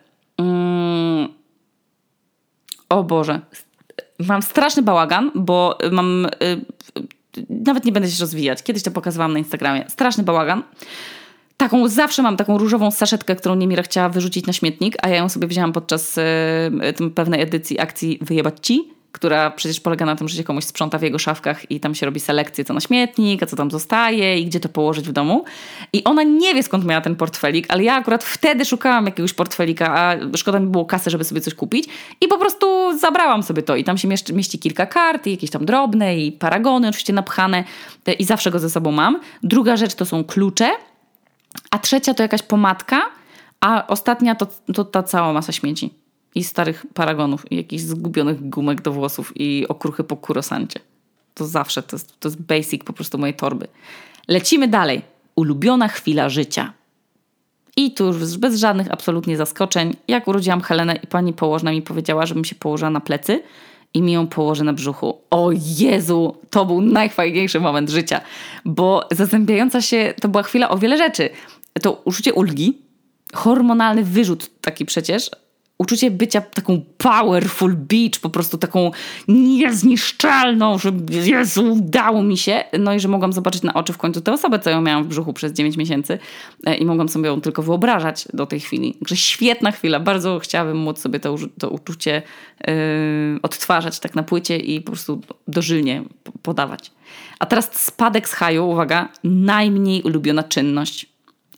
O Boże. Mam straszny bałagan, bo mam... nawet nie będę się rozwijać. Kiedyś to pokazywałam na Instagramie. Straszny bałagan. Zawsze mam taką różową saszetkę, którą Niemira chciała wyrzucić na śmietnik, a ja ją sobie wzięłam podczas pewnej edycji akcji Wyjebać Ci, która przecież polega na tym, że się komuś sprząta w jego szafkach i tam się robi selekcję, co na śmietnik, a co tam zostaje i gdzie to położyć w domu. I ona nie wie, skąd miała ten portfelik, ale ja akurat wtedy szukałam jakiegoś portfelika, a szkoda mi było kasy, żeby sobie coś kupić i po prostu zabrałam sobie to i tam się mieści kilka kart i jakieś tam drobne i paragony oczywiście napchane i zawsze go ze sobą mam. Druga rzecz to są klucze, a trzecia to jakaś pomadka, a ostatnia to ta cała masa śmieci. I starych paragonów, i jakichś zgubionych gumek do włosów i okruchy po kurosancie. To zawsze, to jest basic po prostu mojej torby. Lecimy dalej. Ulubiona chwila życia. I tu już bez żadnych absolutnie zaskoczeń. Jak urodziłam Helenę i pani położna mi powiedziała, żebym się położyła na plecy i mi ją położy na brzuchu. O Jezu, to był najfajniejszy moment życia, bo zazębiająca się, to była chwila o wiele rzeczy. To uczucie ulgi, hormonalny wyrzut taki przecież, uczucie bycia taką powerful bitch, po prostu taką niezniszczalną, że Jezu, udało mi się. No i że mogłam zobaczyć na oczy w końcu tę osobę, co ją miałam w brzuchu przez 9 miesięcy i mogłam sobie ją tylko wyobrażać do tej chwili. Także świetna chwila. Bardzo chciałabym móc sobie to uczucie odtwarzać tak na płycie i po prostu dożylnie podawać. A teraz spadek z haju, uwaga, najmniej ulubiona czynność.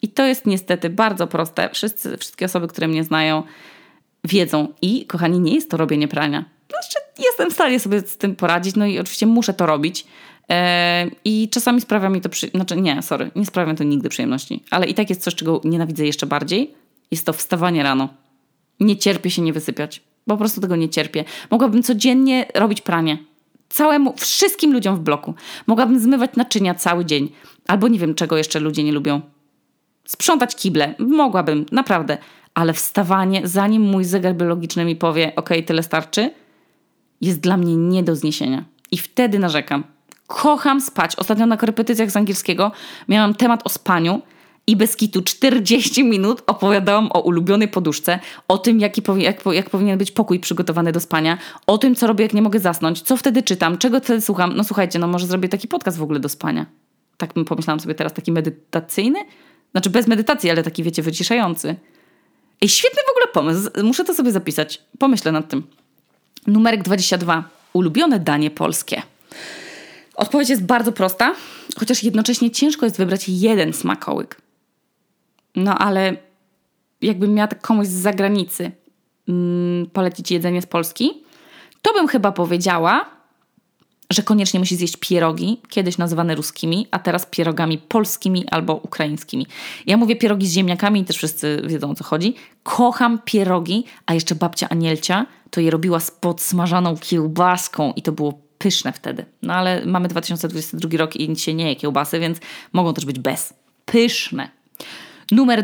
I to jest niestety bardzo proste. Wszystkie osoby, które mnie znają, wiedzą. I, kochani, nie jest to robienie prania. Znaczy, jestem w stanie sobie z tym poradzić, no i oczywiście muszę to robić. I czasami sprawia mi to... nie sprawia mi to nigdy przyjemności. Ale i tak jest coś, czego nienawidzę jeszcze bardziej. Jest to wstawanie rano. Nie cierpię się nie wysypiać. Po prostu tego nie cierpię. Mogłabym codziennie robić pranie. Wszystkim ludziom w bloku. Mogłabym zmywać naczynia cały dzień. Albo nie wiem, czego jeszcze ludzie nie lubią. Sprzątać kible. Mogłabym, naprawdę. Ale wstawanie, zanim mój zegar biologiczny mi powie okej, tyle starczy, jest dla mnie nie do zniesienia. I wtedy narzekam. Kocham spać. Ostatnio na korepetycjach z angielskiego miałam temat o spaniu i bez kitu 40 minut opowiadałam o ulubionej poduszce, o tym, jak powinien być pokój przygotowany do spania, o tym, co robię, jak nie mogę zasnąć, co wtedy czytam, czego wtedy słucham. No słuchajcie, może zrobię taki podcast w ogóle do spania. Tak pomyślałam sobie teraz, taki medytacyjny. Znaczy bez medytacji, ale taki, wiecie, wyciszający. Ej, świetny w ogóle pomysł. Muszę to sobie zapisać. Pomyślę nad tym. Numerek 22. Ulubione danie polskie. Odpowiedź jest bardzo prosta, chociaż jednocześnie ciężko jest wybrać jeden smakołyk. No ale jakbym miała tak komuś z zagranicy polecić jedzenie z Polski, to bym chyba powiedziała, że koniecznie musi zjeść pierogi, kiedyś nazywane ruskimi, a teraz pierogami polskimi albo ukraińskimi. Ja mówię pierogi z ziemniakami i też wszyscy wiedzą, o co chodzi. Kocham pierogi, a jeszcze babcia Anielcia to je robiła z podsmażaną kiełbaską i to było pyszne wtedy. No ale mamy 2022 rok i nic się nie je kiełbasy, więc mogą też być bez. Pyszne. Numer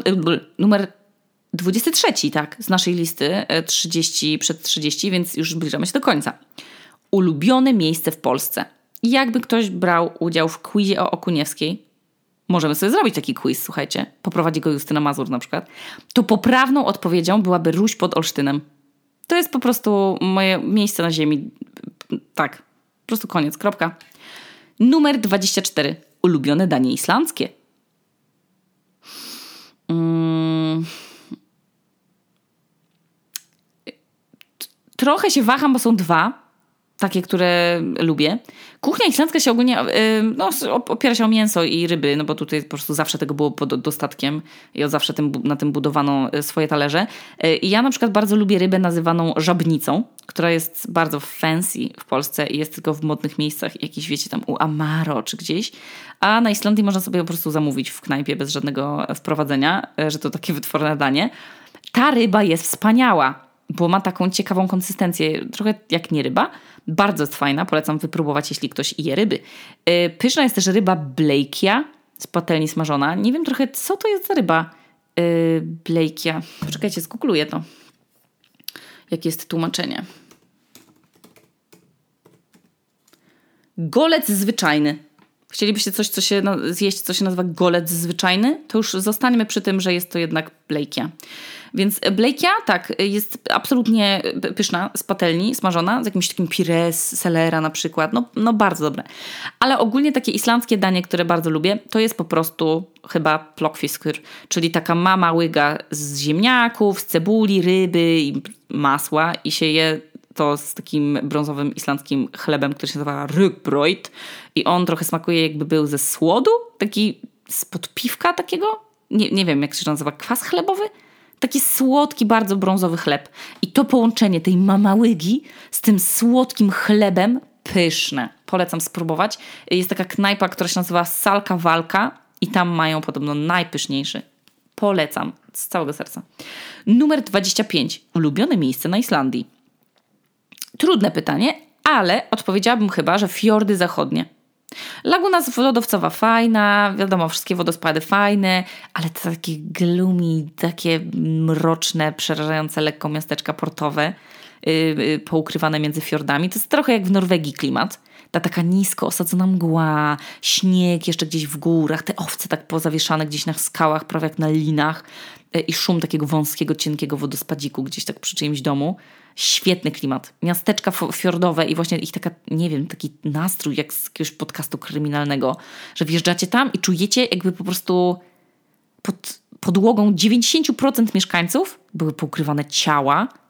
23, tak, z naszej listy, 30 przed 30, więc już zbliżamy się do końca. Ulubione miejsce w Polsce. Jakby ktoś brał udział w quizie o Okuniewskiej, możemy sobie zrobić taki quiz, słuchajcie, poprowadzi go Justyna Mazur na przykład, to poprawną odpowiedzią byłaby Ruś pod Olsztynem. To jest po prostu moje miejsce na ziemi. Tak, po prostu koniec, kropka. Numer 24. Ulubione danie islandzkie. Trochę się waham, bo są dwa. Takie, które lubię. Kuchnia islandzka się ogólnie opiera się o mięso i ryby, no bo tutaj po prostu zawsze tego było pod dostatkiem i od zawsze na tym budowano swoje talerze. I ja na przykład bardzo lubię rybę nazywaną żabnicą, która jest bardzo fancy w Polsce i jest tylko w modnych miejscach, jakieś wiecie tam u Amaro czy gdzieś. A na Islandii można sobie po prostu zamówić w knajpie bez żadnego wprowadzenia, że to takie wytworne danie. Ta ryba jest wspaniała, bo ma taką ciekawą konsystencję, trochę jak nie ryba. Bardzo jest fajna, polecam wypróbować, jeśli ktoś je ryby. Pyszna jest też ryba blejkia z patelni smażona. Nie wiem trochę, co to jest za ryba blejkia. Poczekajcie, zgoogluję to. Jakie jest tłumaczenie? Golec zwyczajny. Chcielibyście coś, zjeść, co się nazywa golec zwyczajny? To już zostańmy przy tym, że jest to jednak blejkia. Więc blejkia, tak, jest absolutnie pyszna z patelni, smażona, z jakimś takim pire z selera na przykład. No bardzo dobre. Ale ogólnie takie islandzkie danie, które bardzo lubię, to jest po prostu chyba plokkfiskur, czyli taka mama łyga z ziemniaków, z cebuli, ryby i masła i się je to z takim brązowym islandzkim chlebem, który się nazywa rugbrød i on trochę smakuje jakby był ze słodu, taki spod piwka takiego, nie wiem jak się nazywa, kwas chlebowy? Taki słodki, bardzo brązowy chleb. I to połączenie tej mamałygi z tym słodkim chlebem, pyszne. Polecam spróbować. Jest taka knajpa, która się nazywa Salka Walka i tam mają podobno najpyszniejszy. Polecam z całego serca. Numer 25. Ulubione miejsce na Islandii. Trudne pytanie, ale odpowiedziałabym chyba, że fiordy zachodnie. Laguna lodowcowa fajna, wiadomo, wszystkie wodospady fajne, ale to takie gloomy, takie mroczne, przerażające lekko miasteczka portowe, poukrywane między fiordami. To jest trochę jak w Norwegii klimat. Ta taka nisko osadzona mgła, śnieg jeszcze gdzieś w górach, te owce tak pozawieszane gdzieś na skałach, prawie jak na linach i szum takiego wąskiego, cienkiego wodospadziku gdzieś tak przy czyimś domu. Świetny klimat. Miasteczka fiordowe i właśnie ich taka, nie wiem, taki nastrój jak z jakiegoś podcastu kryminalnego, że wjeżdżacie tam i czujecie jakby po prostu pod podłogą 90% mieszkańców były poukrywane ciała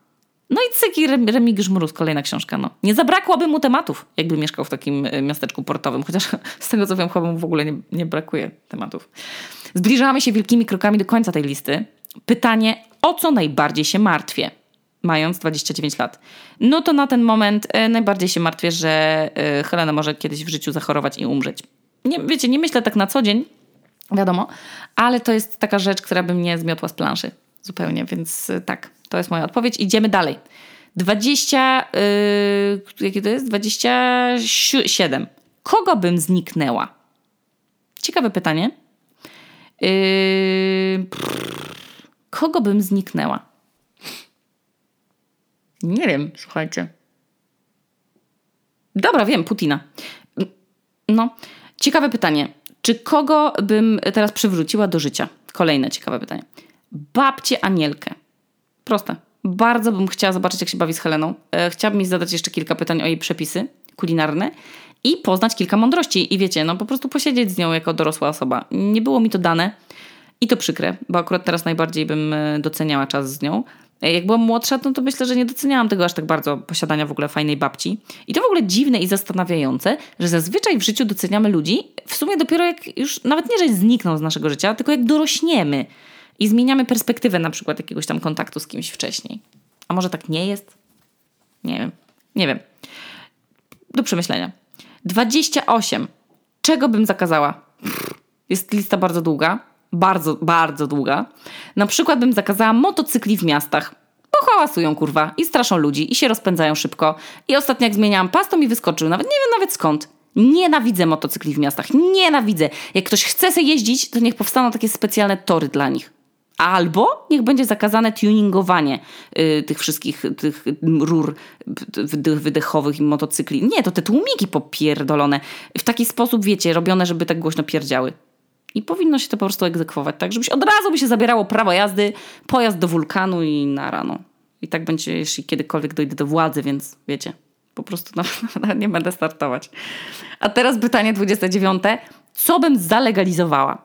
No i Cyki Remigiusz Mróz, kolejna książka. No. Nie zabrakłoby mu tematów, jakby mieszkał w takim miasteczku portowym. Chociaż z tego co wiem, chyba mu w ogóle nie brakuje tematów. Zbliżamy się wielkimi krokami do końca tej listy. Pytanie, o co najbardziej się martwię? Mając 29 lat. No to na ten moment najbardziej się martwię, że Helena może kiedyś w życiu zachorować i umrzeć. Wiecie, nie myślę tak na co dzień, wiadomo, ale to jest taka rzecz, która by mnie zmiotła z planszy. Zupełnie, więc tak, to jest moja odpowiedź. Idziemy dalej. 27. Kogo bym zniknęła? Ciekawe pytanie. Kogo bym zniknęła? Nie wiem, słuchajcie. Dobra, wiem, Putina. No, ciekawe pytanie. Czy kogo bym teraz przywróciła do życia? Kolejne ciekawe pytanie. Babcię Anielkę. Proste. Bardzo bym chciała zobaczyć, jak się bawi z Heleną. Chciałabym jej zadać jeszcze kilka pytań o jej przepisy kulinarne i poznać kilka mądrości. I wiecie, no po prostu posiedzieć z nią jako dorosła osoba. Nie było mi to dane i to przykre, bo akurat teraz najbardziej bym doceniała czas z nią. Jak byłam młodsza, no to myślę, że nie doceniałam tego aż tak bardzo, posiadania w ogóle fajnej babci. I to w ogóle dziwne i zastanawiające, że zazwyczaj w życiu doceniamy ludzi w sumie dopiero jak już, nawet nie, że znikną z naszego życia, tylko jak dorośniemy i zmieniamy perspektywę na przykład jakiegoś tam kontaktu z kimś wcześniej. A może tak nie jest? Nie wiem. Do przemyślenia. 28. Czego bym zakazała? Jest lista bardzo długa. Bardzo, bardzo długa. Na przykład bym zakazała motocykli w miastach. Bo hałasują, kurwa, i straszą ludzi, i się rozpędzają szybko. I ostatnio jak zmieniałam pas, to mi wyskoczył. Nie wiem skąd. Nienawidzę motocykli w miastach. Nienawidzę. Jak ktoś chce sobie jeździć, to niech powstaną takie specjalne tory dla nich. Albo niech będzie zakazane tuningowanie tych wszystkich tych rur wydechowych i motocykli. Nie, to te tłumiki popierdolone. W taki sposób, wiecie, robione, żeby tak głośno pierdziały. I powinno się to po prostu egzekwować tak, żebyś od razu by się zabierało prawo jazdy, pojazd do wulkanu i na rano. I tak będzie, jeśli kiedykolwiek dojdę do władzy, więc wiecie, po prostu nawet nie będę startować. A teraz pytanie 29. Co bym zalegalizowała?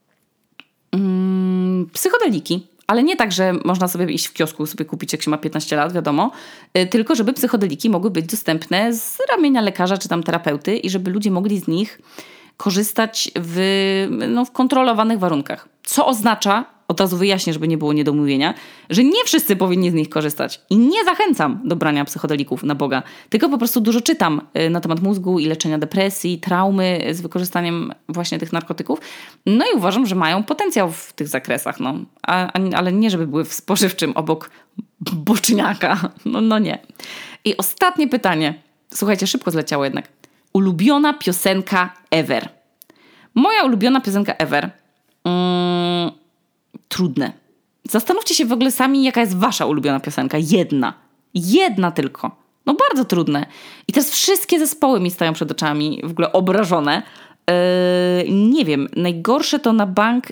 Psychodeliki. Ale nie tak, że można sobie iść w kiosku, sobie kupić, jak się ma 15 lat, wiadomo. Tylko żeby psychodeliki mogły być dostępne z ramienia lekarza czy tam terapeuty i żeby ludzie mogli z nich korzystać w kontrolowanych warunkach. Co oznacza, od razu wyjaśnię, żeby nie było niedomówienia, że nie wszyscy powinni z nich korzystać. I nie zachęcam do brania psychodelików, na Boga. Tylko po prostu dużo czytam na temat mózgu i leczenia depresji, traumy z wykorzystaniem właśnie tych narkotyków. No i uważam, że mają potencjał w tych zakresach. No. Ale nie, żeby były w spożywczym obok boczniaka. No nie. I ostatnie pytanie. Słuchajcie, szybko zleciało jednak. Ulubiona piosenka ever. Moja ulubiona piosenka ever. Trudne. Zastanówcie się w ogóle sami, jaka jest wasza ulubiona piosenka. Jedna tylko. No bardzo trudne. I teraz wszystkie zespoły mi stają przed oczami, w ogóle obrażone. Nie wiem, najgorsze to na bank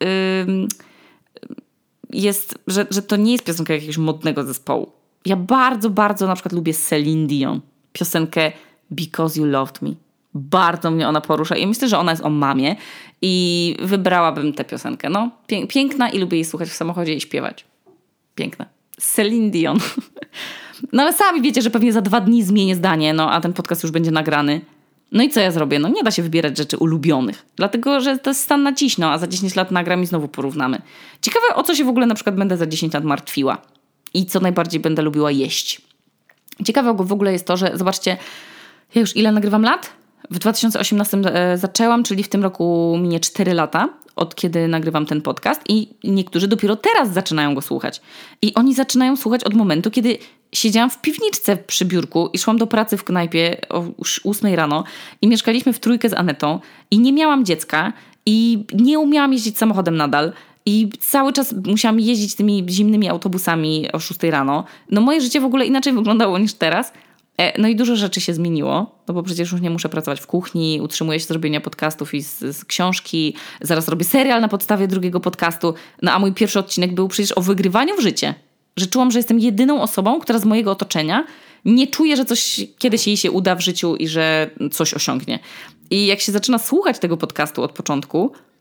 jest, że to nie jest piosenka jakiegoś modnego zespołu. Ja bardzo, bardzo na przykład lubię Celine Dion. Piosenkę Because You Loved Me. Bardzo mnie ona porusza i myślę, że ona jest o mamie i wybrałabym tę piosenkę. No, piękna i lubię jej słuchać w samochodzie i śpiewać. Piękna. Celine Dion. No ale sami wiecie, że pewnie za 2 dni zmienię zdanie, no a ten podcast już będzie nagrany. No i co ja zrobię? No nie da się wybierać rzeczy ulubionych, dlatego że to jest stan na dziś, no a za 10 lat nagram i znowu porównamy. Ciekawe, o co się w ogóle na przykład będę za 10 lat martwiła i co najbardziej będę lubiła jeść. Ciekawe w ogóle jest to, że zobaczcie, ja już ile nagrywam lat? W 2018 zaczęłam, czyli w tym roku minie 4 lata, od kiedy nagrywam ten podcast i niektórzy dopiero teraz zaczynają go słuchać. I oni zaczynają słuchać od momentu, kiedy siedziałam w piwniczce przy biurku i szłam do pracy w knajpie o 8 rano i mieszkaliśmy w trójkę z Anetą i nie miałam dziecka i nie umiałam jeździć samochodem nadal. I cały czas musiałam jeździć tymi zimnymi autobusami o 6 rano. No moje życie w ogóle inaczej wyglądało niż teraz. No i dużo rzeczy się zmieniło, no bo przecież już nie muszę pracować w kuchni, utrzymuję się z robienia podcastów i z książki, zaraz robię serial na podstawie drugiego podcastu, no a mój pierwszy odcinek był przecież o wygrywaniu w życie. Że czułam, że jestem jedyną osobą, która z mojego otoczenia nie czuje, że coś kiedyś jej się uda w życiu i że coś osiągnie. I jak się zaczyna słuchać tego podcastu od początku,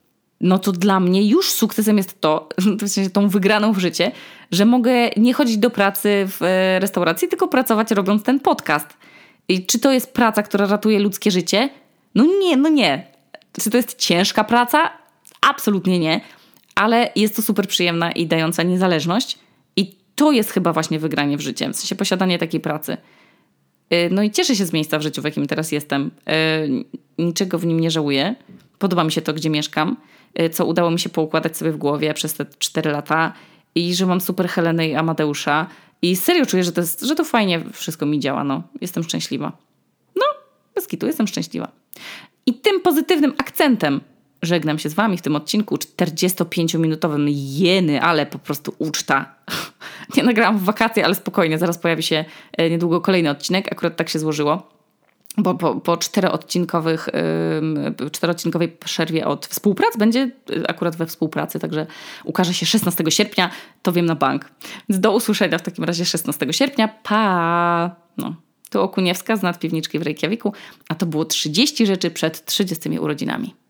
no to dla mnie już sukcesem jest to, w sensie tą wygraną w życie, że mogę nie chodzić do pracy w restauracji, tylko pracować robiąc ten podcast. I czy to jest praca, która ratuje ludzkie życie? No nie. Czy to jest ciężka praca? Absolutnie nie. Ale jest to super przyjemna i dająca niezależność. I to jest chyba właśnie wygranie w życie. W sensie posiadanie takiej pracy. No i cieszę się z miejsca w życiu, w jakim teraz jestem. Niczego w nim nie żałuję. Podoba mi się to, gdzie mieszkam. Co udało mi się poukładać sobie w głowie przez te 4 lata. I że mam super Helenę i Amadeusza. I serio czuję, że to fajnie wszystko mi działa. No. Jestem szczęśliwa. No, bez kitu, jestem szczęśliwa. I tym pozytywnym akcentem żegnam się z wami w tym odcinku 45-minutowym. Jeny, ale po prostu uczta. Nie nagrałam w wakacje, ale spokojnie, zaraz pojawi się niedługo kolejny odcinek. Akurat tak się złożyło, bo po 4-odcinkowej przerwie od współprac będzie akurat we współpracy, także ukaże się 16 sierpnia, to wiem na bank. Więc do usłyszenia w takim razie 16 sierpnia. Pa! No, tu Okuniewska z Nadpiwniczki w Reykjaviku, a to było 30 rzeczy przed 30 urodzinami.